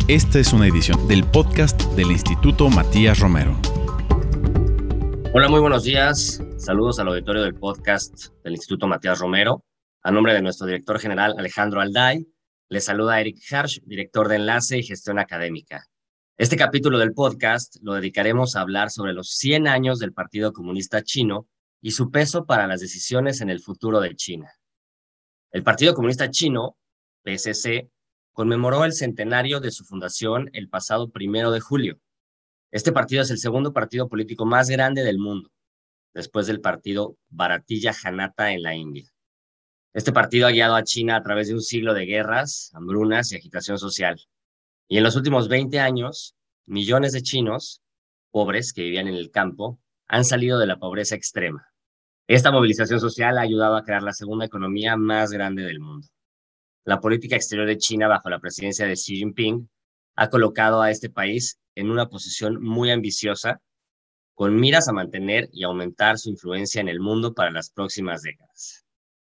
Esta es una edición del podcast del Instituto Matías Romero. Hola, muy buenos días. Saludos al auditorio del podcast del Instituto Matías Romero. A nombre de nuestro director general Alejandro Alday, les saluda Eric Harsch, director de Enlace y Gestión Académica. Este capítulo del podcast lo dedicaremos a hablar sobre los 100 años del Partido Comunista Chino y su peso para las decisiones en el futuro de China. El Partido Comunista Chino, PCC, conmemoró el centenario de su fundación el pasado 1 de julio. Este partido es el segundo partido político más grande del mundo, después del partido Bharatiya Janata en la India. Este partido ha guiado a China a través de un siglo de guerras, hambrunas y agitación social. Y en los últimos 20 años, millones de chinos, pobres que vivían en el campo, han salido de la pobreza extrema. Esta movilización social ha ayudado a crear la segunda economía más grande del mundo. La política exterior de China bajo la presidencia de Xi Jinping ha colocado a este país en una posición muy ambiciosa, con miras a mantener y aumentar su influencia en el mundo para las próximas décadas.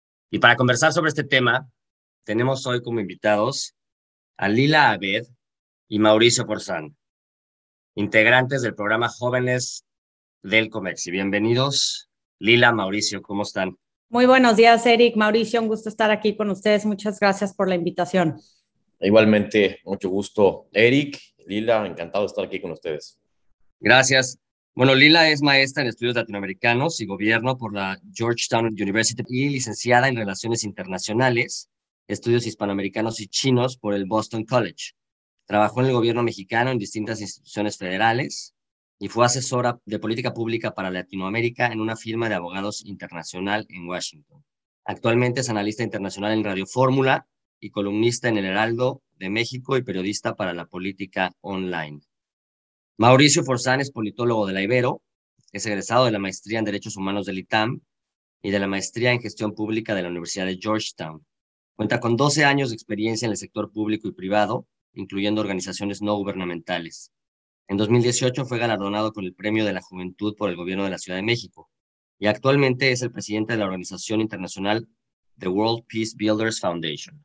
Y para conversar sobre este tema, tenemos hoy como invitados a Lila Abed y Mauricio Forzán, integrantes del programa Jóvenes del Comexi. Bienvenidos, Lila, Mauricio, ¿cómo están? Muy buenos días, Eric, Mauricio, un gusto estar aquí con ustedes. Muchas gracias por la invitación. Igualmente, mucho gusto, Eric, Lila, encantado de estar aquí con ustedes. Gracias. Bueno, Lila es maestra en estudios latinoamericanos y gobierno por la Georgetown University y licenciada en Relaciones Internacionales, estudios hispanoamericanos y chinos por el Boston College. Trabajó en el gobierno mexicano en distintas instituciones federales y fue asesora de política pública para Latinoamérica en una firma de abogados internacional en Washington. Actualmente es analista internacional en Radio Fórmula y columnista en El Heraldo de México y periodista para la política online. Mauricio Forzán es politólogo de la Ibero, es egresado de la maestría en Derechos Humanos del ITAM y de la maestría en Gestión Pública de la Universidad de Georgetown. Cuenta con 12 años de experiencia en el sector público y privado, incluyendo organizaciones no gubernamentales. En 2018 fue galardonado con el Premio de la Juventud por el Gobierno de la Ciudad de México y actualmente es el presidente de la organización internacional The World Peace Builders Foundation.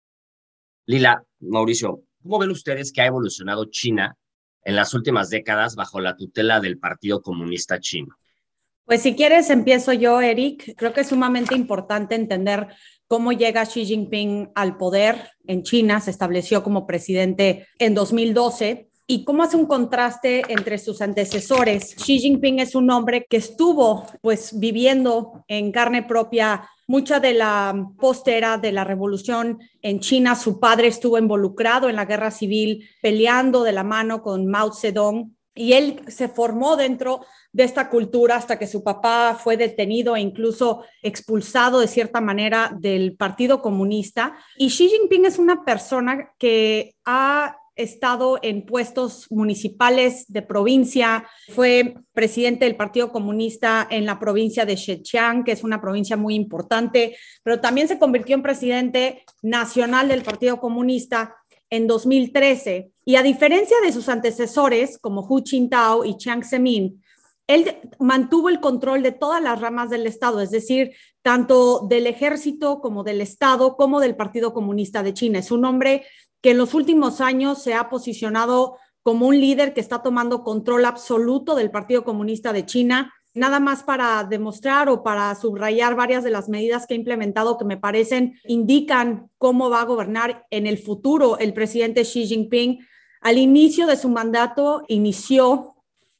Lila, Mauricio, ¿cómo ven ustedes que ha evolucionado China en las últimas décadas bajo la tutela del Partido Comunista Chino? Pues si quieres empiezo yo, Eric. Creo que es sumamente importante entender cómo llega Xi Jinping al poder en China. Se estableció como presidente en 2012. Y cómo hace un contraste entre sus antecesores. Xi Jinping es un hombre que estuvo viviendo en carne propia mucha de la postera de la revolución en China. Su padre estuvo involucrado en la guerra civil, peleando de la mano con Mao Zedong. Y él se formó dentro de esta cultura hasta que su papá fue detenido e incluso expulsado de cierta manera del Partido Comunista. Y Xi Jinping es una persona que ha estado en puestos municipales de provincia, fue presidente del Partido Comunista en la provincia de Zhejiang, que es una provincia muy importante, pero también se convirtió en presidente nacional del Partido Comunista en 2013. Y a diferencia de sus antecesores, como Hu Jintao y Jiang Zemin, él mantuvo el control de todas las ramas del Estado, es decir, tanto del ejército como del Estado, como del Partido Comunista de China. Es un hombre que en los últimos años se ha posicionado como un líder que está tomando control absoluto del Partido Comunista de China, nada más para demostrar o para subrayar varias de las medidas que ha implementado que me parecen indican cómo va a gobernar en el futuro el presidente Xi Jinping. Al inicio de su mandato inició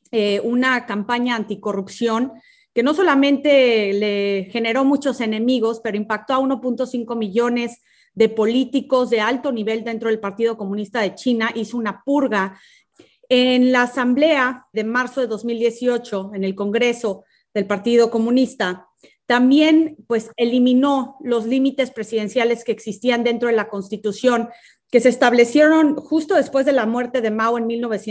una campaña anticorrupción que no solamente le generó muchos enemigos, pero impactó a 1.5 millones de políticos de alto nivel dentro del Partido Comunista de China. Hizo una purga. En la asamblea de marzo de 2018, en el Congreso del Partido Comunista, también eliminó los límites presidenciales que existían dentro de la Constitución, que se establecieron justo después de la muerte de Mao en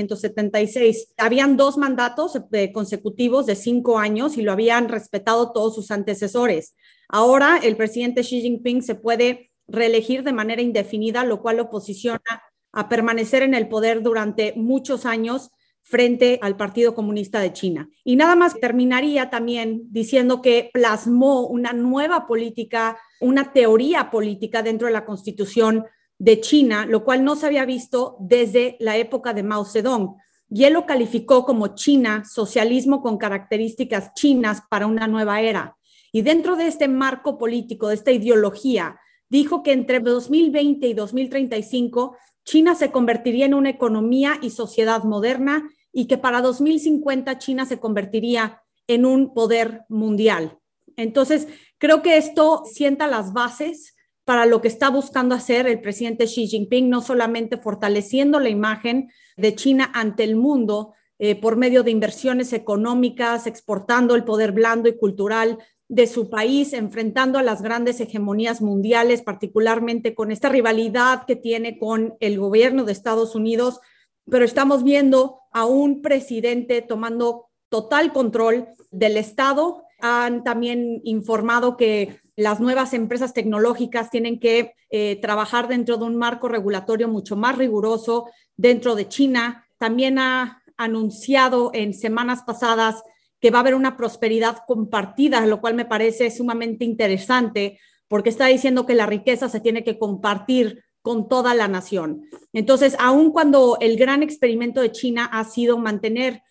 1976. Habían 2 mandatos consecutivos de 5 años y lo habían respetado todos sus antecesores. Ahora el presidente Xi Jinping se puede reelegir de manera indefinida, lo cual lo posiciona a permanecer en el poder durante muchos años frente al Partido Comunista de China. Y nada más terminaría también diciendo que plasmó una nueva política, una teoría política dentro de la Constitución de China, lo cual no se había visto desde la época de Mao Zedong. Y él lo calificó como China, socialismo con características chinas para una nueva era. Y dentro de este marco político, de esta ideología, dijo que entre 2020 y 2035 China se convertiría en una economía y sociedad moderna y que para 2050 China se convertiría en un poder mundial. Entonces, creo que esto sienta las bases para lo que está buscando hacer el presidente Xi Jinping, no solamente fortaleciendo la imagen de China ante el mundo por medio de inversiones económicas, exportando el poder blando y cultural de su país, enfrentando a las grandes hegemonías mundiales, particularmente con esta rivalidad que tiene con el gobierno de Estados Unidos, pero estamos viendo a un presidente tomando total control del Estado. Han también informado que las nuevas empresas tecnológicas tienen que trabajar dentro de un marco regulatorio mucho más riguroso dentro de China. También ha anunciado en semanas pasadas que va a haber una prosperidad compartida, lo cual me parece sumamente interesante, porque está diciendo que la riqueza se tiene que compartir con toda la nación. Entonces, aun cuando el gran experimento de China ha sido mantener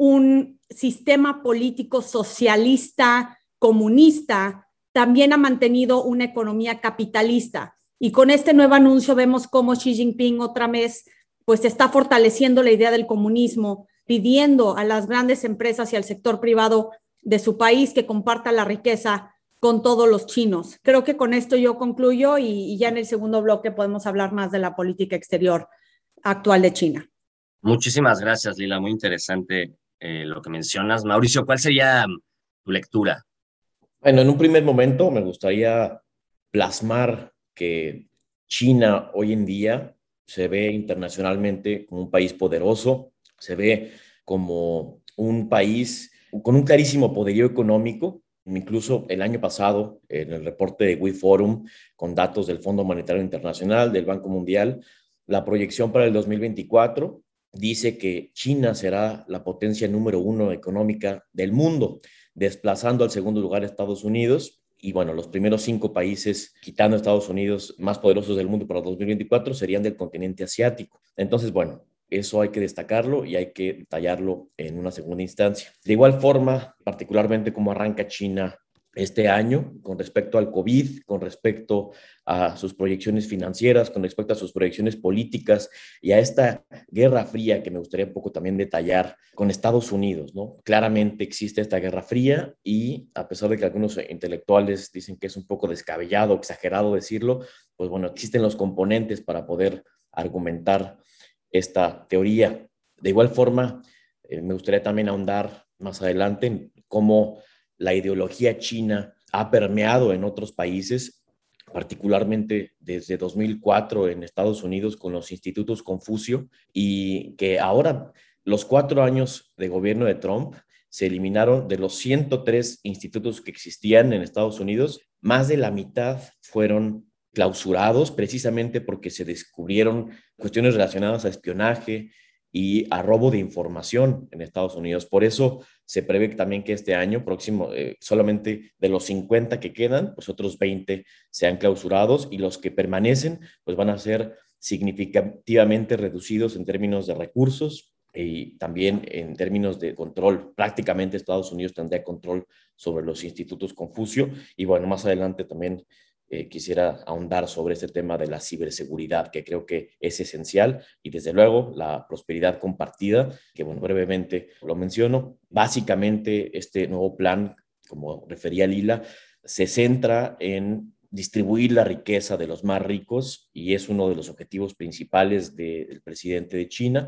un sistema político socialista, comunista, también ha mantenido una economía capitalista. Y con este nuevo anuncio vemos cómo Xi Jinping otra vez pues está fortaleciendo la idea del comunismo, pidiendo a las grandes empresas y al sector privado de su país que comparta la riqueza con todos los chinos. Creo que con esto yo concluyo y ya en el segundo bloque podemos hablar más de la política exterior actual de China. Muchísimas gracias, Lila. Muy interesante lo que mencionas. Mauricio, ¿cuál sería tu lectura? Bueno, en un primer momento me gustaría plasmar que China hoy en día se ve internacionalmente como un país poderoso, se ve como un país con un clarísimo poderío económico. Incluso el año pasado, en el reporte de WeForum, con datos del Fondo Monetario Internacional, del Banco Mundial, la proyección para el 2024 dice que China será la potencia número 1 económica del mundo, desplazando al segundo lugar a Estados Unidos. Y bueno, los primeros 5 países, quitando Estados Unidos, más poderosos del mundo para 2024 serían del continente asiático. Entonces, bueno, eso hay que destacarlo y hay que detallarlo en una segunda instancia. De igual forma, particularmente cómo arranca China este año con respecto al COVID, con respecto a sus proyecciones financieras, con respecto a sus proyecciones políticas y a esta guerra fría que me gustaría un poco también detallar con Estados Unidos, ¿no? Claramente existe esta guerra fría y a pesar de que algunos intelectuales dicen que es un poco descabellado, exagerado decirlo, pues bueno, existen los componentes para poder argumentar esta teoría. De igual forma, me gustaría también ahondar más adelante en cómo la ideología china ha permeado en otros países, particularmente desde 2004 en Estados Unidos con los institutos Confucio, y que ahora, los 4 años de gobierno de Trump, se eliminaron de los 103 institutos que existían en Estados Unidos, más de la mitad fueron clausurados precisamente porque se descubrieron cuestiones relacionadas a espionaje y a robo de información en Estados Unidos. Por eso se prevé también que este año próximo, solamente de los 50 que quedan, pues otros 20 sean clausurados y los que permanecen pues van a ser significativamente reducidos en términos de recursos y también en términos de control. Prácticamente Estados Unidos tendría control sobre los institutos Confucio y bueno, más adelante también quisiera ahondar sobre este tema de la ciberseguridad, que creo que es esencial, y desde luego la prosperidad compartida, que bueno, brevemente lo menciono. Básicamente este nuevo plan, como refería Lila, se centra en distribuir la riqueza de los más ricos y es uno de los objetivos principales del presidente de China.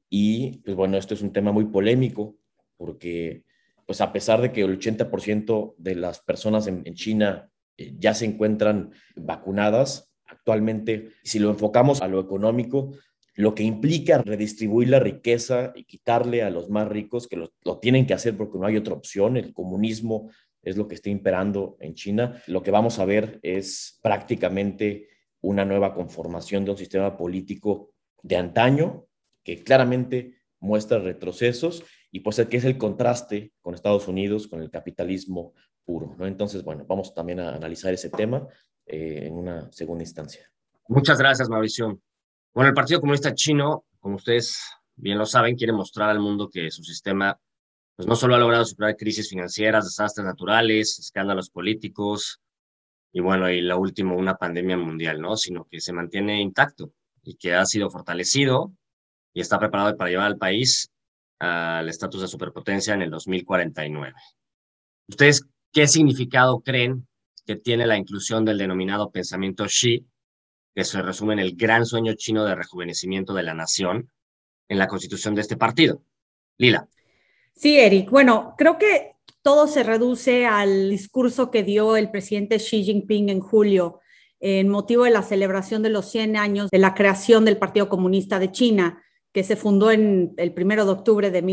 Y pues bueno, esto es un tema muy polémico porque pues a pesar de que el 80% de las personas en China ya se encuentran vacunadas actualmente. Si lo enfocamos a lo económico, lo que implica redistribuir la riqueza y quitarle a los más ricos, que lo tienen que hacer porque no hay otra opción, el comunismo es lo que está imperando en China, lo que vamos a ver es prácticamente una nueva conformación de un sistema político de antaño que claramente muestra retrocesos y pues que es el contraste con Estados Unidos, con el capitalismo puro, ¿no? Entonces, bueno, vamos también a analizar ese tema en una segunda instancia. Muchas gracias, Mauricio. Bueno, el Partido Comunista Chino, como ustedes bien lo saben, quiere mostrar al mundo que su sistema pues, no solo ha logrado superar crisis financieras, desastres naturales, escándalos políticos y bueno, y lo último, una pandemia mundial, ¿no? Sino que se mantiene intacto y que ha sido fortalecido y está preparado para llevar al país al estatus de superpotencia en el 2049. ¿Ustedes qué significado creen que tiene la inclusión del denominado pensamiento Xi, que se resume en el gran sueño chino de rejuvenecimiento de la nación, en la constitución de este partido? Lila. Sí, Eric. Bueno, creo que todo se reduce al discurso que dio el presidente Xi Jinping en julio en motivo de la celebración de los 100 años de la creación del Partido Comunista de China, que se fundó en el 1 de octubre de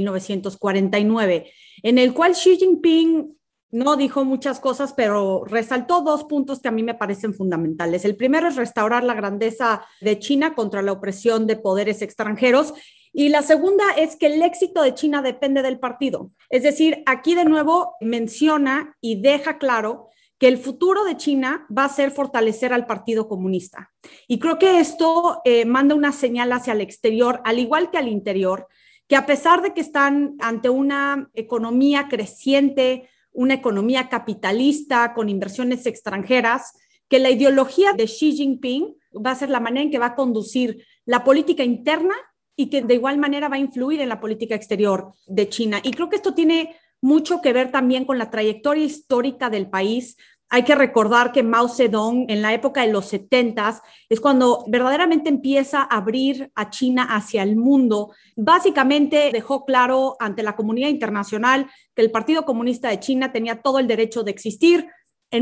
1949, en el cual Xi Jinping no dijo muchas cosas, pero resaltó dos puntos que a mí me parecen fundamentales. El primero es restaurar la grandeza de China contra la opresión de poderes extranjeros. Y la segunda es que el éxito de China depende del partido. Es decir, aquí de nuevo menciona y deja claro que el futuro de China va a ser fortalecer al Partido Comunista. Y creo que esto manda una señal hacia el exterior, al igual que al interior, que a pesar de que están ante una economía creciente, una economía capitalista con inversiones extranjeras, que la ideología de Xi Jinping va a ser la manera en que va a conducir la política interna y que de igual manera va a influir en la política exterior de China. Y creo que esto tiene mucho que ver también con la trayectoria histórica del país. Hay que recordar que Mao Zedong en la época de los 70s es cuando verdaderamente empieza a abrir a China hacia el mundo. Básicamente dejó claro ante la comunidad internacional que el Partido Comunista de China tenía todo el derecho de existir. En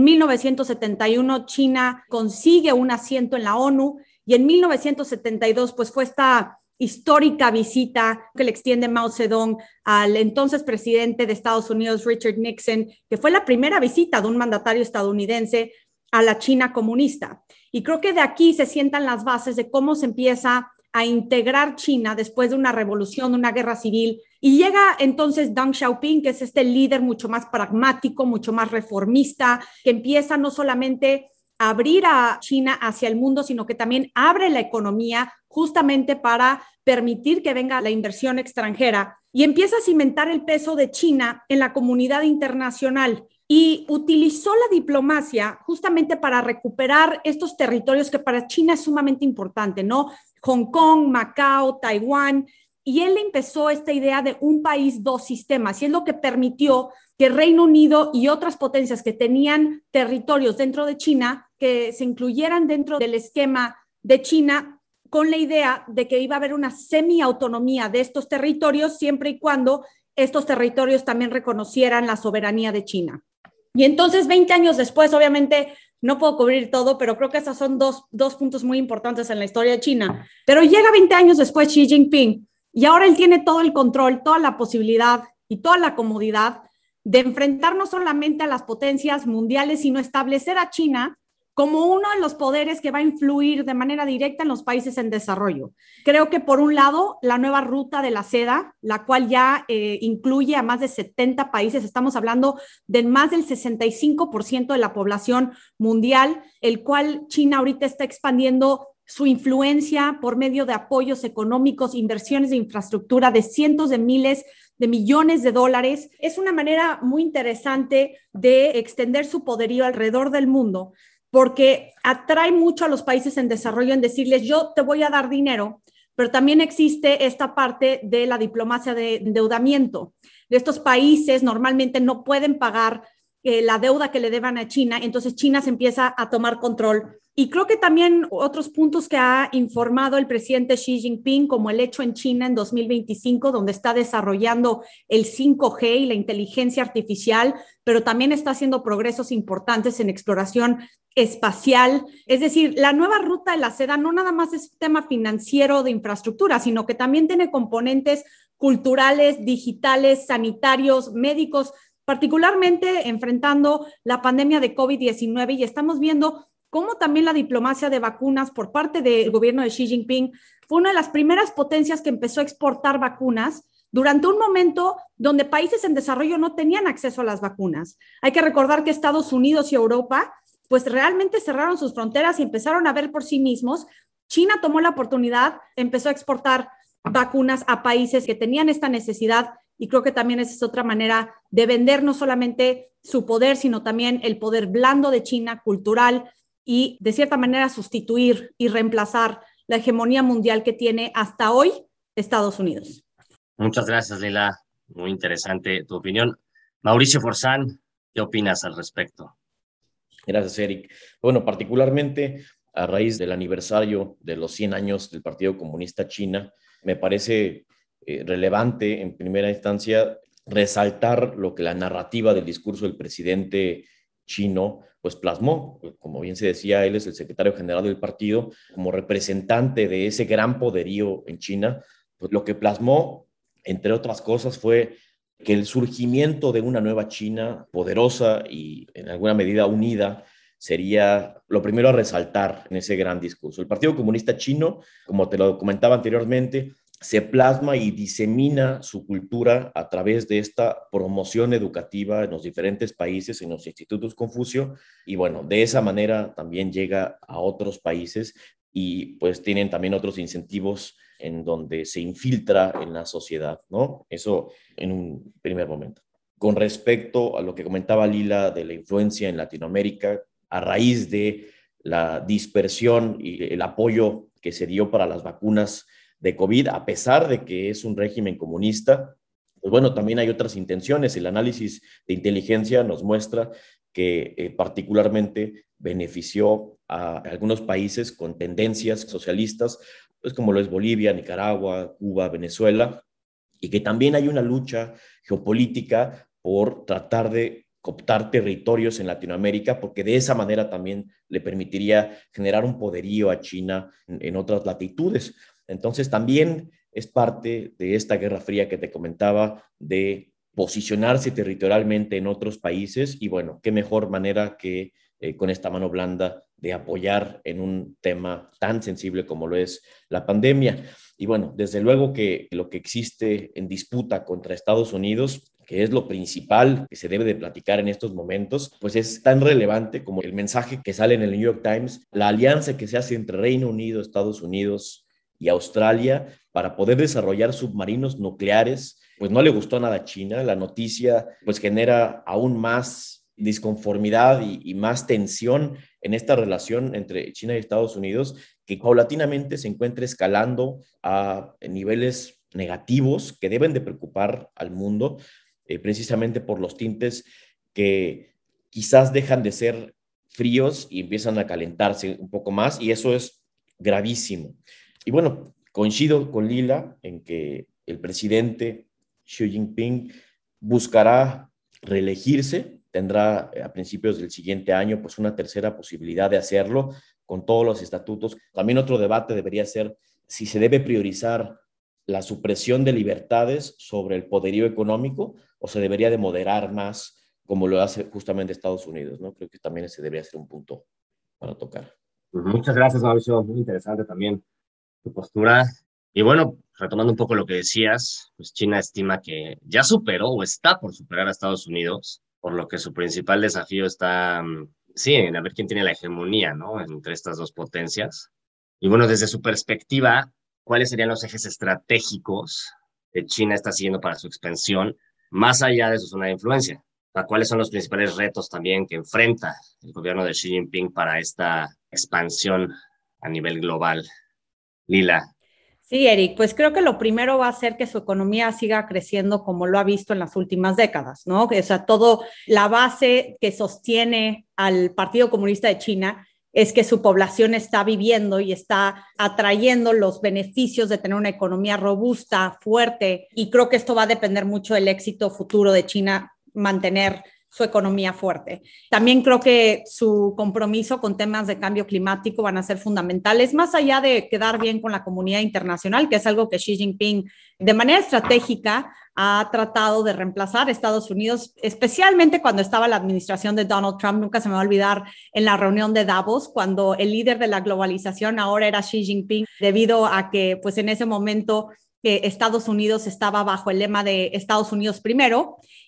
1971 China consigue un asiento en la ONU y en 1972 pues fue esta histórica visita que le extiende Mao Zedong al entonces presidente de Estados Unidos, Richard Nixon, que fue la primera visita de un mandatario estadounidense a la China comunista. Y creo que de aquí se sientan las bases de cómo se empieza a integrar China después de una revolución, de una guerra civil. Y llega entonces Deng Xiaoping, que es este líder mucho más pragmático, mucho más reformista, que empieza no solamente a abrir a China hacia el mundo, sino que también abre la economía justamente para permitir que venga la inversión extranjera y empieza a cimentar el peso de China en la comunidad internacional y utilizó la diplomacia justamente para recuperar estos territorios que para China es sumamente importante, ¿no? Hong Kong, Macao, Taiwán, y él empezó esta idea de un país, dos sistemas, y es lo que permitió que Reino Unido y otras potencias que tenían territorios dentro de China, que se incluyeran dentro del esquema de China con la idea de que iba a haber una semi-autonomía de estos territorios siempre y cuando estos territorios también reconocieran la soberanía de China. Y entonces 20 años después, obviamente no puedo cubrir todo, pero creo que esos son dos puntos muy importantes en la historia de China. Pero llega 20 años después Xi Jinping y ahora él tiene todo el control, toda la posibilidad y toda la comodidad de enfrentar no solamente a las potencias mundiales, sino establecer a China como uno de los poderes que va a influir de manera directa en los países en desarrollo. Creo que por un lado, la nueva ruta de la seda, la cual ya incluye a más de 70 países, estamos hablando de más del 65% de la población mundial, el cual China ahorita está expandiendo su influencia por medio de apoyos económicos, inversiones de infraestructura de cientos de miles de millones de dólares. Es una manera muy interesante de extender su poderío alrededor del mundo, porque atrae mucho a los países en desarrollo en decirles, yo te voy a dar dinero, pero también existe esta parte de la diplomacia de endeudamiento. Estos países normalmente no pueden pagar la deuda que le deban a China, entonces China se empieza a tomar control. Y creo que también otros puntos que ha informado el presidente Xi Jinping, como el hecho en China en 2025, donde está desarrollando el 5G y la inteligencia artificial, pero también está haciendo progresos importantes en exploración espacial. Es decir, la nueva ruta de la seda no nada más es un tema financiero de infraestructura, sino que también tiene componentes culturales, digitales, sanitarios, médicos, particularmente enfrentando la pandemia de COVID-19, y estamos viendo cómo también la diplomacia de vacunas por parte del gobierno de Xi Jinping fue una de las primeras potencias que empezó a exportar vacunas durante un momento donde países en desarrollo no tenían acceso a las vacunas. Hay que recordar que Estados Unidos y Europa pues realmente cerraron sus fronteras y empezaron a ver por sí mismos. China tomó la oportunidad, empezó a exportar vacunas a países que tenían esta necesidad, y creo que también esa es otra manera de vender no solamente su poder, sino también el poder blando de China, cultural, y de cierta manera sustituir y reemplazar la hegemonía mundial que tiene hasta hoy Estados Unidos. Muchas gracias, Lila. Muy interesante tu opinión. Mauricio Forzán, ¿qué opinas al respecto? Gracias, Eric. Bueno, particularmente a raíz del aniversario de los 100 años del Partido Comunista China, me parece relevante en primera instancia resaltar lo que la narrativa del discurso del presidente chino pues plasmó. Como bien se decía, él es el secretario general del partido, como representante de ese gran poderío en China, pues lo que plasmó, entre otras cosas, fue que el surgimiento de una nueva China poderosa y en alguna medida unida sería lo primero a resaltar en ese gran discurso. El Partido Comunista Chino, como te lo comentaba anteriormente, se plasma y disemina su cultura a través de esta promoción educativa en los diferentes países, en los institutos Confucio, y bueno, de esa manera también llega a otros países y pues tienen también otros incentivos en donde se infiltra en la sociedad, ¿no? Eso en un primer momento. Con respecto a lo que comentaba Lila de la influencia en Latinoamérica, a raíz de la dispersión y el apoyo que se dio para las vacunas de COVID, a pesar de que es un régimen comunista, pues bueno, también hay otras intenciones. El análisis de inteligencia nos muestra que particularmente benefició a algunos países con tendencias socialistas, pues como lo es Bolivia, Nicaragua, Cuba, Venezuela, y que también hay una lucha geopolítica por tratar de cooptar territorios en Latinoamérica, porque de esa manera también le permitiría generar un poderío a China en otras latitudes. Entonces también es parte de esta Guerra Fría que te comentaba, de posicionarse territorialmente en otros países, y bueno, qué mejor manera que con esta mano blanda de apoyar en un tema tan sensible como lo es la pandemia. Y bueno, desde luego que lo que existe en disputa contra Estados Unidos, que es lo principal que se debe de platicar en estos momentos, pues es tan relevante como el mensaje que sale en el New York Times, la alianza que se hace entre Reino Unido, Estados Unidos y Australia para poder desarrollar submarinos nucleares. Pues no le gustó nada a China. La noticia pues genera aún más disconformidad y más tensión en esta relación entre China y Estados Unidos, que paulatinamente se encuentra escalando a niveles negativos que deben de preocupar al mundo, precisamente por los tintes que quizás dejan de ser fríos y empiezan a calentarse un poco más, y eso es gravísimo. Y bueno, coincido con Lila en que el presidente Xi Jinping buscará reelegirse, tendrá a principios del siguiente año pues una tercera posibilidad de hacerlo con todos los estatutos. También otro debate debería ser si se debe priorizar la supresión de libertades sobre el poderío económico o se debería de moderar más como lo hace justamente Estados Unidos, ¿no? Creo que también ese debería ser un punto para tocar. Muchas gracias, Mauricio. Muy interesante también tu postura. Y bueno, retomando un poco lo que decías, pues China estima que ya superó o está por superar a Estados Unidos, por lo que su principal desafío está, sí, en a ver quién tiene la hegemonía, ¿no? Entre estas dos potencias. Y bueno, desde su perspectiva, ¿cuáles serían los ejes estratégicos que China está siguiendo para su expansión, más allá de su zona de influencia? O sea, ¿cuáles son los principales retos también que enfrenta el gobierno de Xi Jinping para esta expansión a nivel global? Lila. Sí, Eric, pues creo que lo primero va a ser que su economía siga creciendo como lo ha visto en las últimas décadas, ¿no? O sea, todo la base que sostiene al Partido Comunista de China es que su población está viviendo y está atrayendo los beneficios de tener una economía robusta, fuerte, y creo que esto va a depender mucho del éxito futuro de China, mantener su economía fuerte. También creo que su compromiso con temas de cambio climático van a ser fundamentales, más allá de quedar bien con la comunidad internacional, que es algo que Xi Jinping de manera estratégica ha tratado de reemplazar a Estados Unidos, especialmente cuando estaba la administración de Donald Trump. Nunca se me va a olvidar en la reunión de Davos, cuando el líder de la globalización ahora era Xi Jinping, debido a que pues en ese momento Estados Unidos estaba bajo el lema de Estados Unidos primero.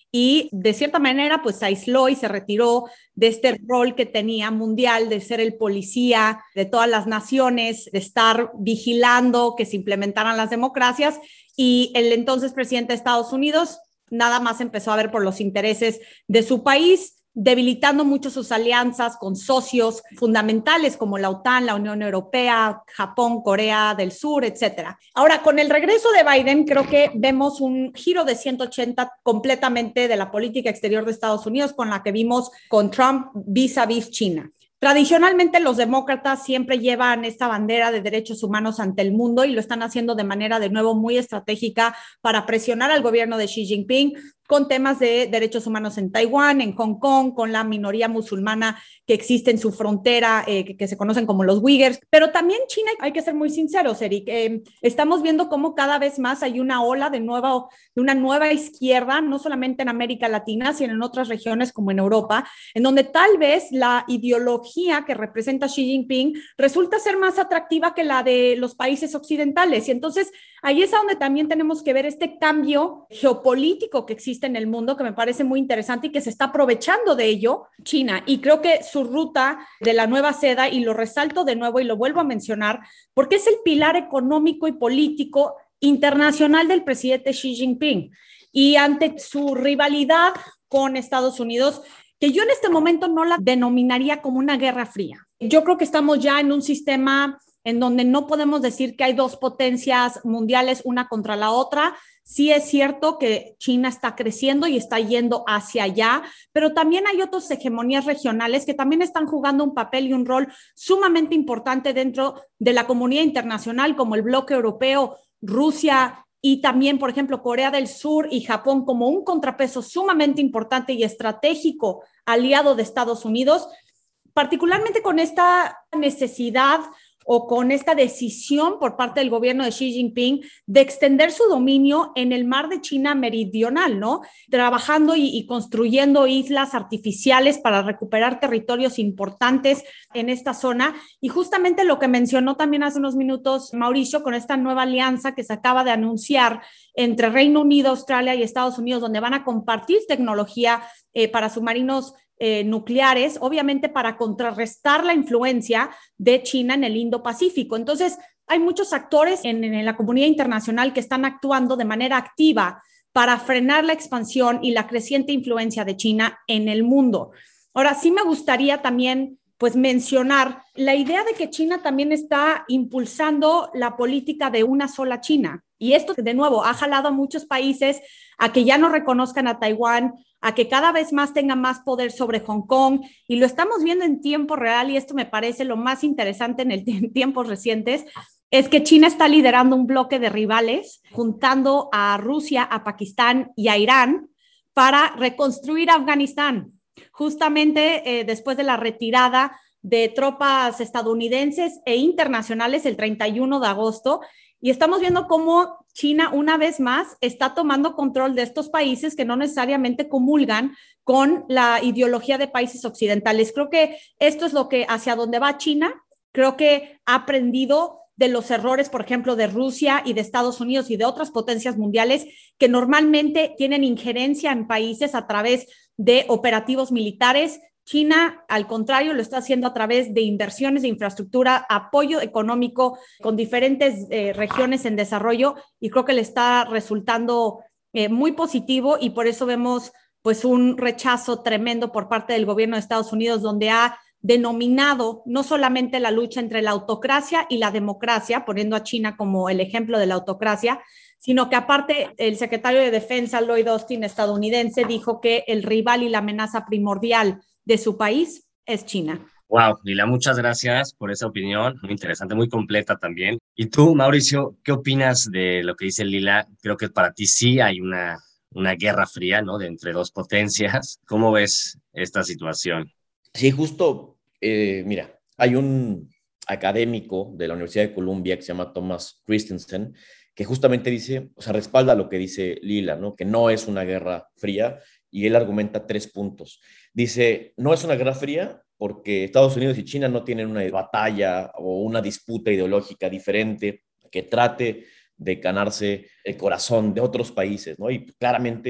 y de cierta manera pues se aisló y se retiró de este rol que tenía mundial de ser el policía de todas las naciones, de estar vigilando que se implementaran las democracias, y el entonces presidente de Estados Unidos nada más empezó a ver por los intereses de su país, debilitando mucho sus alianzas con socios fundamentales como la OTAN, la Unión Europea, Japón, Corea del Sur, etcétera. Ahora, con el regreso de Biden, creo que vemos un giro de 180 completamente de la política exterior de Estados Unidos con la que vimos con Trump vis-a-vis China. Tradicionalmente los demócratas siempre llevan esta bandera de derechos humanos ante el mundo y lo están haciendo de manera de nuevo muy estratégica para presionar al gobierno de Xi Jinping con temas de derechos humanos en Taiwán, en Hong Kong, con la minoría musulmana que existe en su frontera, que se conocen como los Uyghurs. Pero también China, hay que ser muy sinceros, Eric, estamos viendo cómo cada vez más hay una ola de una nueva izquierda, no solamente en América Latina, sino en otras regiones como en Europa, en donde tal vez la ideología que representa Xi Jinping resulta ser más atractiva que la de los países occidentales. Y entonces ahí es a donde también tenemos que ver este cambio geopolítico que existe en el mundo, que me parece muy interesante y que se está aprovechando de ello China. Y creo que su ruta de la nueva seda, y lo resalto de nuevo y lo vuelvo a mencionar, porque es el pilar económico y político internacional del presidente Xi Jinping. Y ante su rivalidad con Estados Unidos, que yo en este momento no la denominaría como una guerra fría. Yo creo que estamos ya en un sistema en donde no podemos decir que hay dos potencias mundiales una contra la otra. Sí es cierto que China está creciendo y está yendo hacia allá, pero también hay otras hegemonías regionales que también están jugando un papel y un rol sumamente importante dentro de la comunidad internacional, como el bloque europeo, Rusia y también, por ejemplo, Corea del Sur y Japón como un contrapeso sumamente importante y estratégico aliado de Estados Unidos, particularmente con esta necesidad o con esta decisión por parte del gobierno de Xi Jinping de extender su dominio en el mar de China meridional, ¿no? Trabajando y construyendo islas artificiales para recuperar territorios importantes en esta zona. Y justamente lo que mencionó también hace unos minutos Mauricio, con esta nueva alianza que se acaba de anunciar entre Reino Unido, Australia y Estados Unidos, donde van a compartir tecnología para submarinos nucleares, obviamente para contrarrestar la influencia de China en el Indo-Pacífico. Entonces, hay muchos actores en la comunidad internacional que están actuando de manera activa para frenar la expansión y la creciente influencia de China en el mundo. Ahora, sí me gustaría también pues mencionar la idea de que China también está impulsando la política de una sola China. Y esto, de nuevo, ha jalado a muchos países a que ya no reconozcan a Taiwán, a que cada vez más tengan más poder sobre Hong Kong, y lo estamos viendo en tiempo real, y esto me parece lo más interesante en tiempos recientes, es que China está liderando un bloque de rivales, juntando a Rusia, a Pakistán y a Irán para reconstruir Afganistán, justamente después de la retirada de tropas estadounidenses e internacionales el 31 de agosto, y estamos viendo cómo China una vez más está tomando control de estos países que no necesariamente comulgan con la ideología de países occidentales. Creo que esto es lo que hacia donde va China. Creo que ha aprendido de los errores, por ejemplo, de Rusia y de Estados Unidos y de otras potencias mundiales que normalmente tienen injerencia en países a través de operativos militares. China, al contrario, lo está haciendo a través de inversiones de infraestructura, apoyo económico con diferentes regiones en desarrollo, y creo que le está resultando muy positivo, y por eso vemos pues un rechazo tremendo por parte del gobierno de Estados Unidos, donde ha denominado no solamente la lucha entre la autocracia y la democracia, poniendo a China como el ejemplo de la autocracia, sino que aparte el secretario de Defensa, Lloyd Austin, estadounidense, dijo que el rival y la amenaza primordial de su país es China. Wow, Lila, muchas gracias por esa opinión, muy interesante, muy completa también. Y tú, Mauricio, ¿qué opinas de lo que dice Lila? Creo que para ti sí hay una guerra fría, ¿no? De entre dos potencias. ¿Cómo ves esta situación? Sí, justo, mira, hay un académico de la Universidad de Columbia que se llama Thomas Christensen, que justamente dice, o sea, respalda lo que dice Lila, ¿no? Que no es una guerra fría, y él argumenta 3 puntos. Dice, no es una guerra fría porque Estados Unidos y China no tienen una batalla o una disputa ideológica diferente que trate de ganarse el corazón de otros países, ¿no? Y claramente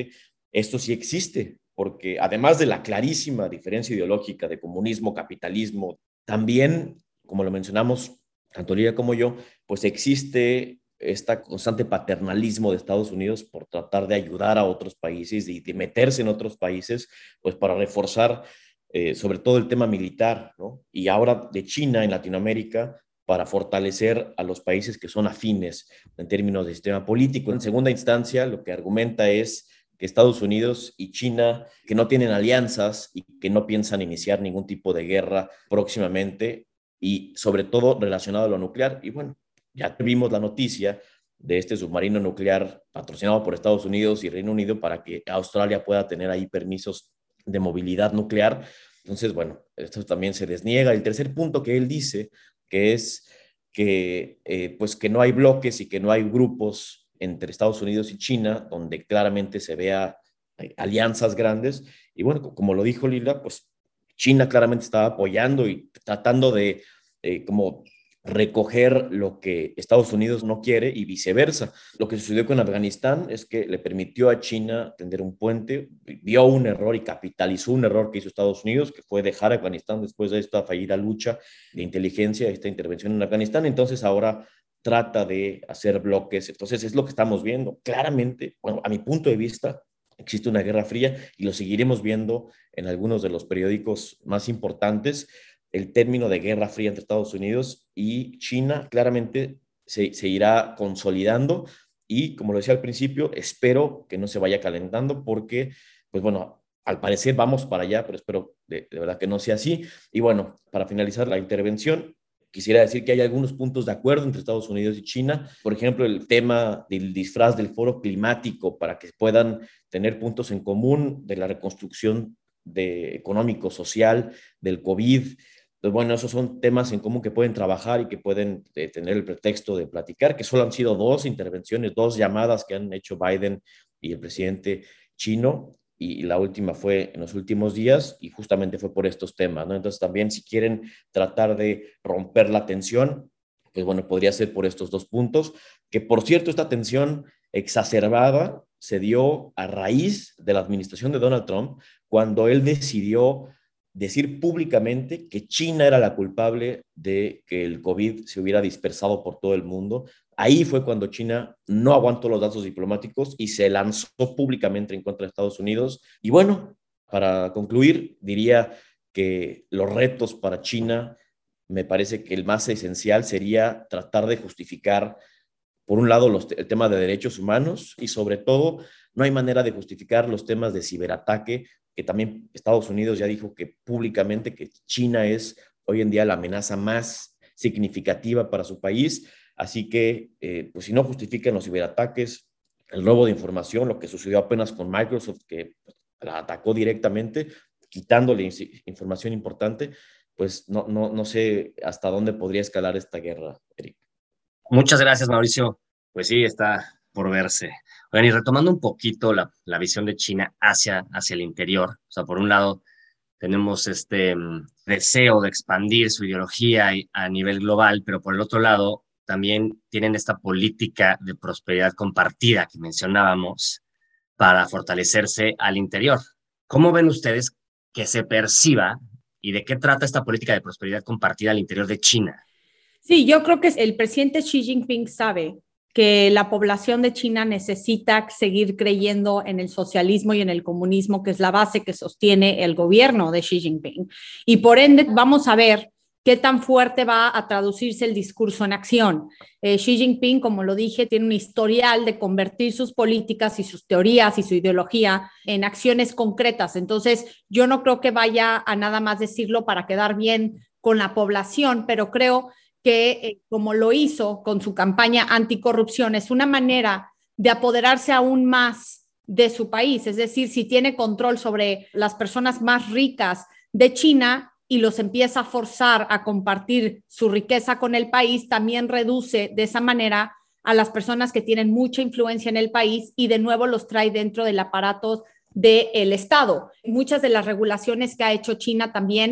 esto sí existe, porque además de la clarísima diferencia ideológica de comunismo, capitalismo, también, como lo mencionamos, tanto Lidia como yo, pues existe este constante paternalismo de Estados Unidos por tratar de ayudar a otros países y de meterse en otros países, pues para reforzar sobre todo el tema militar, ¿no? Y ahora de China en Latinoamérica para fortalecer a los países que son afines en términos de sistema político. En segunda instancia, lo que argumenta es que Estados Unidos y China, que no tienen alianzas y que no piensan iniciar ningún tipo de guerra próximamente, y sobre todo relacionado a lo nuclear. Y bueno, ya vimos la noticia de este submarino nuclear patrocinado por Estados Unidos y Reino Unido para que Australia pueda tener ahí permisos de movilidad nuclear. Entonces, bueno, esto también se desniega. El tercer punto que él dice, que es que, pues que no hay bloques y que no hay grupos entre Estados Unidos y China donde claramente se vea alianzas grandes. Y bueno, como lo dijo Lila, pues China claramente estaba apoyando y tratando de como recoger lo que Estados Unidos no quiere y viceversa. Lo que sucedió con Afganistán es que le permitió a China tender un puente, vio un error y capitalizó un error que hizo Estados Unidos, que fue dejar a Afganistán después de esta fallida lucha de inteligencia, esta intervención en Afganistán. Entonces ahora trata de hacer bloques. Entonces es lo que estamos viendo. Claramente, bueno, a mi punto de vista, existe una guerra fría y lo seguiremos viendo en algunos de los periódicos más importantes. El término de guerra fría entre Estados Unidos y China claramente se irá consolidando y, como lo decía al principio, espero que no se vaya calentando porque, pues bueno, al parecer vamos para allá, pero espero de verdad que no sea así. Y bueno, para finalizar la intervención, quisiera decir que hay algunos puntos de acuerdo entre Estados Unidos y China. Por ejemplo, el tema del disfraz del foro climático para que puedan tener puntos en común de la reconstrucción económico-social del COVID. Entonces, bueno, esos son temas en común que pueden trabajar y que pueden tener el pretexto de platicar, que solo han sido 2 intervenciones, 2 llamadas que han hecho Biden y el presidente chino, y la última fue en los últimos días y justamente fue por estos temas, ¿no? Entonces también si quieren tratar de romper la tensión, pues bueno, podría ser por estos 2 puntos, que por cierto esta tensión exacerbada se dio a raíz de la administración de Donald Trump, cuando él decidió decir públicamente que China era la culpable de que el COVID se hubiera dispersado por todo el mundo. Ahí fue cuando China no aguantó los datos diplomáticos y se lanzó públicamente en contra de Estados Unidos. Y bueno, para concluir, diría que los retos para China, me parece que el más esencial sería tratar de justificar, por un lado, el tema de derechos humanos y sobre todo, no hay manera de justificar los temas de ciberataque, que también Estados Unidos ya dijo que públicamente que China es hoy en día la amenaza más significativa para su país. Así que, pues si no justifican los ciberataques, el robo de información, lo que sucedió apenas con Microsoft, que la atacó directamente, quitándole información importante, pues no sé hasta dónde podría escalar esta guerra, Eric. Muchas gracias, Mauricio. Pues sí, está por verse. Oigan, y retomando un poquito la visión de China hacia el interior, o sea, por un lado tenemos este deseo de expandir su ideología a nivel global, pero por el otro lado también tienen esta política de prosperidad compartida que mencionábamos para fortalecerse al interior. ¿Cómo ven ustedes que se perciba y de qué trata esta política de prosperidad compartida al interior de China? Sí, yo creo que el presidente Xi Jinping sabe que la población de China necesita seguir creyendo en el socialismo y en el comunismo, que es la base que sostiene el gobierno de Xi Jinping. Y por ende, vamos a ver qué tan fuerte va a traducirse el discurso en acción. Xi Jinping, como lo dije, tiene un historial de convertir sus políticas y sus teorías y su ideología en acciones concretas. Entonces, yo no creo que vaya a nada más decirlo para quedar bien con la población, pero creo que como lo hizo con su campaña anticorrupción, es una manera de apoderarse aún más de su país. Es decir, si tiene control sobre las personas más ricas de China y los empieza a forzar a compartir su riqueza con el país, también reduce de esa manera a las personas que tienen mucha influencia en el país y de nuevo los trae dentro del aparato del Estado. Muchas de las regulaciones que ha hecho China también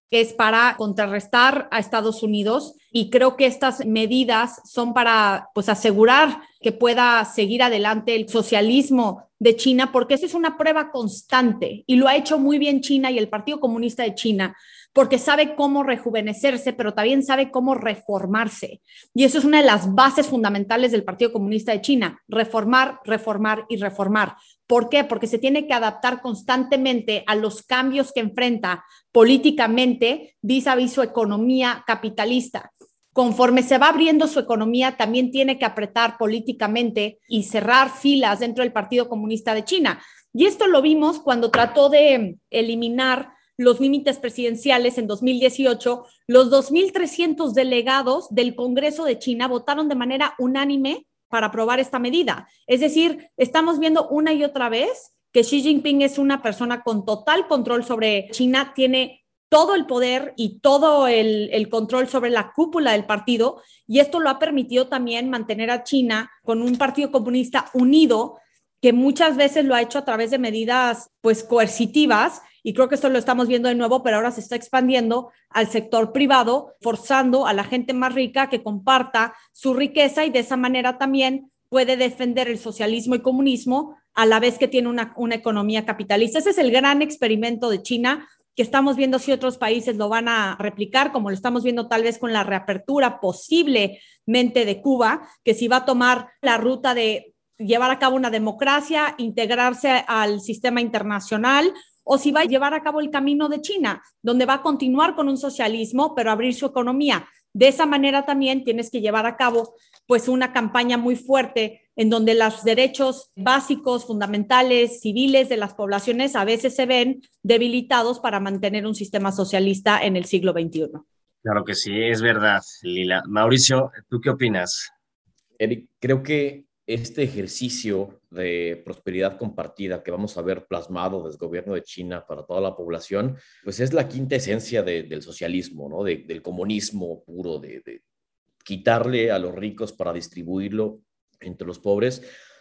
es para contrarrestar a Estados Unidos y creo que estas medidas son para pues asegurar que pueda seguir adelante el socialismo de China, porque esa es una prueba constante y lo ha hecho muy bien China y el Partido Comunista de China, porque sabe cómo rejuvenecerse, pero también sabe cómo reformarse. Y eso es una de las bases fundamentales del Partido Comunista de China, reformar, reformar y reformar. ¿Por qué? Porque se tiene que adaptar constantemente a los cambios que enfrenta políticamente vis a vis su economía capitalista. Conforme se va abriendo su economía, también tiene que apretar políticamente y cerrar filas dentro del Partido Comunista de China. Y esto lo vimos cuando trató de eliminar los límites presidenciales en 2018. Los 2.300 delegados del Congreso de China votaron de manera unánime para aprobar esta medida. Es decir, estamos viendo una y otra vez que Xi Jinping es una persona con total control sobre China, tiene todo el poder y todo el control sobre la cúpula del partido, y esto lo ha permitido también mantener a China con un partido comunista unido, que muchas veces lo ha hecho a través de medidas pues coercitivas, y creo que esto lo estamos viendo de nuevo, pero ahora se está expandiendo al sector privado, forzando a la gente más rica que comparta su riqueza y de esa manera también puede defender el socialismo y comunismo a la vez que tiene una economía capitalista. Ese es el gran experimento de China, que estamos viendo si otros países lo van a replicar, como lo estamos viendo tal vez con la reapertura posiblemente de Cuba, que si va a tomar la ruta de llevar a cabo una democracia, integrarse al sistema internacional, o si va a llevar a cabo el camino de China, donde va a continuar con un socialismo, pero abrir su economía. De esa manera también tienes que llevar a cabo pues una campaña muy fuerte en donde los derechos básicos, fundamentales, civiles de las poblaciones a veces se ven debilitados para mantener un sistema socialista en el siglo XXI. Claro que sí, es verdad, Lila. Mauricio, ¿tú qué opinas? Eric, creo que este ejercicio de prosperidad compartida que vamos a ver plasmado desde el gobierno de China para toda la población, pues es la quinta esencia del socialismo, ¿no? Del comunismo puro, de quitarle a los ricos para distribuirlo entre los pobres.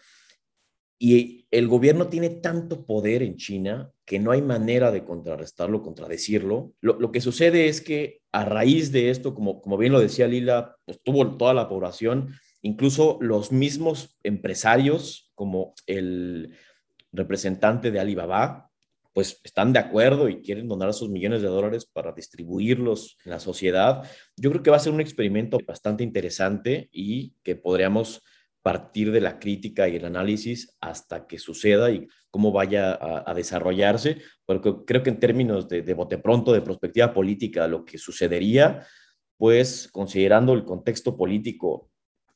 Y el gobierno tiene tanto poder en China que no hay manera de contrarrestarlo, contradecirlo. Lo que sucede es que a raíz de esto, como bien lo decía Lila, pues tuvo toda la población, incluso los mismos empresarios, como el representante de Alibaba, pues están de acuerdo y quieren donar esos millones de dólares para distribuirlos en la sociedad. Yo creo que va a ser un experimento bastante interesante y que podríamos partir de la crítica y el análisis hasta que suceda y cómo vaya a desarrollarse, porque creo que en términos de bote pronto, de perspectiva política, lo que sucedería, pues considerando el contexto político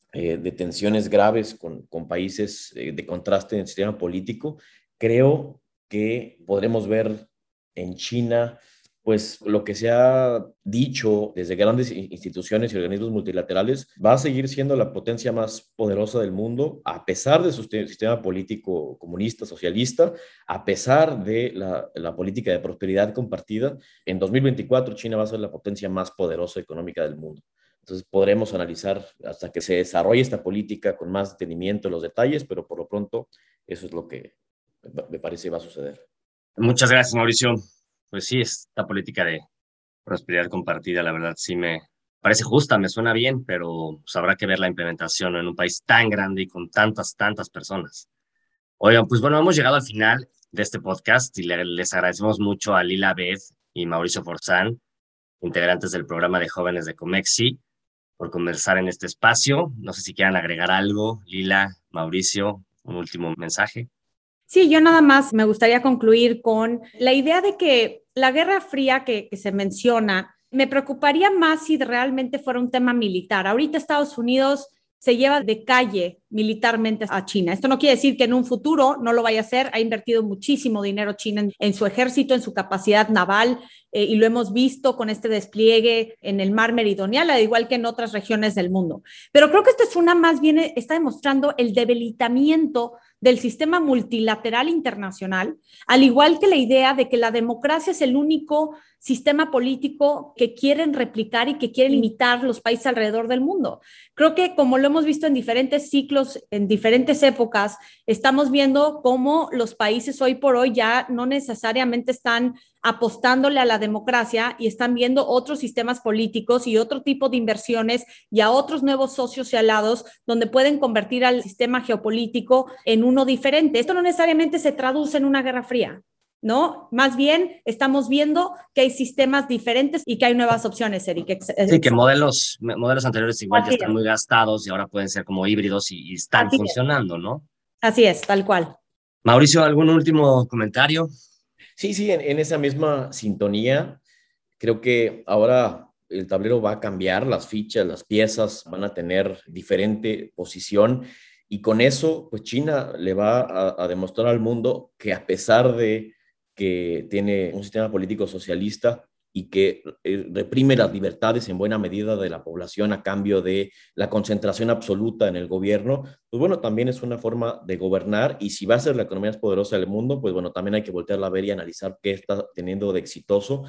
de tensiones graves con países de contraste en el sistema político, creo que podremos ver en China pues lo que se ha dicho desde grandes instituciones y organismos multilaterales, va a seguir siendo la potencia más poderosa del mundo, a pesar de su sistema político comunista, socialista, a pesar de la política de prosperidad compartida. En 2024 China va a ser la potencia más poderosa económica del mundo. Entonces podremos analizar hasta que se desarrolle esta política con más detenimiento los detalles, pero por lo pronto eso es lo que me parece va a suceder. Muchas gracias, Mauricio. Pues sí, esta política de prosperidad compartida, la verdad, sí me parece justa, me suena bien, pero pues, habrá que ver la implementación en un país tan grande y con tantas personas. Oigan, pues bueno, hemos llegado al final de este podcast y les agradecemos mucho a Lila Beth y Mauricio Forzán, integrantes del programa de jóvenes de Comexi, por conversar en este espacio. No sé si quieran agregar algo, Lila, Mauricio, un último mensaje. Sí, yo nada más me gustaría concluir con la idea de que la Guerra Fría que se menciona, me preocuparía más si realmente fuera un tema militar. Ahorita Estados Unidos se lleva de calle militarmente a China. Esto no quiere decir que en un futuro no lo vaya a hacer. Ha invertido muchísimo dinero China en su ejército, en su capacidad naval, y lo hemos visto con este despliegue en el mar meridional, al igual que en otras regiones del mundo. Pero creo que esto es más bien está demostrando el debilitamiento del sistema multilateral internacional, al igual que la idea de que la democracia es el único sistema político que quieren replicar y que quieren imitar los países alrededor del mundo. Creo que como lo hemos visto en diferentes ciclos ciclos, en diferentes épocas, estamos viendo cómo los países hoy por hoy ya no necesariamente están apostándole a la democracia y están viendo otros sistemas políticos y otro tipo de inversiones y a otros nuevos socios y aliados donde pueden convertir al sistema geopolítico en uno diferente. Esto no necesariamente se traduce en una guerra fría, ¿no? Más bien estamos viendo que hay sistemas diferentes y que hay nuevas opciones, Eric. Sí, que modelos anteriores igual ya están muy gastados y ahora pueden ser como híbridos y están funcionando, ¿no? Así es, tal cual. Mauricio, ¿algún último comentario? Sí, en esa misma sintonía, creo que ahora el tablero va a cambiar, las fichas, las piezas van a tener diferente posición y con eso, pues China le va a demostrar al mundo que a pesar de que tiene un sistema político socialista y que reprime las libertades en buena medida de la población a cambio de la concentración absoluta en el gobierno, pues bueno, también es una forma de gobernar y si va a ser la economía más poderosa del mundo, pues bueno, también hay que voltearla a ver y analizar qué está teniendo de exitoso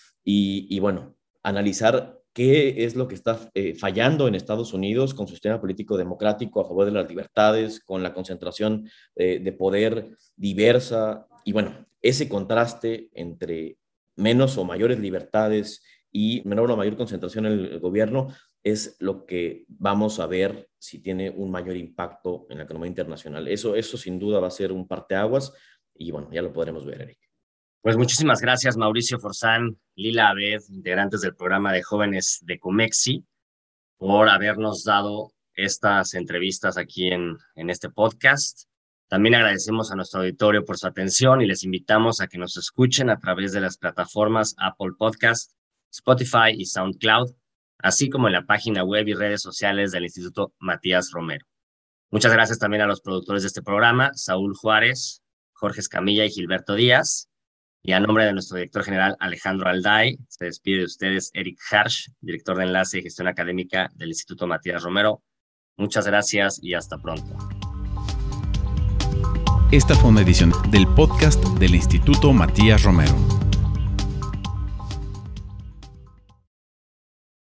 y bueno, analizar qué es lo que está fallando en Estados Unidos con su sistema político democrático a favor de las libertades, con la concentración de poder diversa y bueno, ese contraste entre menos o mayores libertades y menor o mayor concentración en el gobierno es lo que vamos a ver si tiene un mayor impacto en la economía internacional. Eso sin duda va a ser un parteaguas y bueno, ya lo podremos ver, Eric. Pues muchísimas gracias, Mauricio Forzán, Lila Abed, integrantes del programa de jóvenes de Comexi, por habernos dado estas entrevistas aquí en este podcast. También agradecemos a nuestro auditorio por su atención y les invitamos a que nos escuchen a través de las plataformas Apple Podcast, Spotify y SoundCloud, así como en la página web y redes sociales del Instituto Matías Romero. Muchas gracias también a los productores de este programa, Saúl Juárez, Jorge Escamilla y Gilberto Díaz. Y a nombre de nuestro director general Alejandro Alday, se despide de ustedes Eric Harsh, director de Enlace y Gestión Académica del Instituto Matías Romero. Muchas gracias y hasta pronto. Esta fue una edición del podcast del Instituto Matías Romero.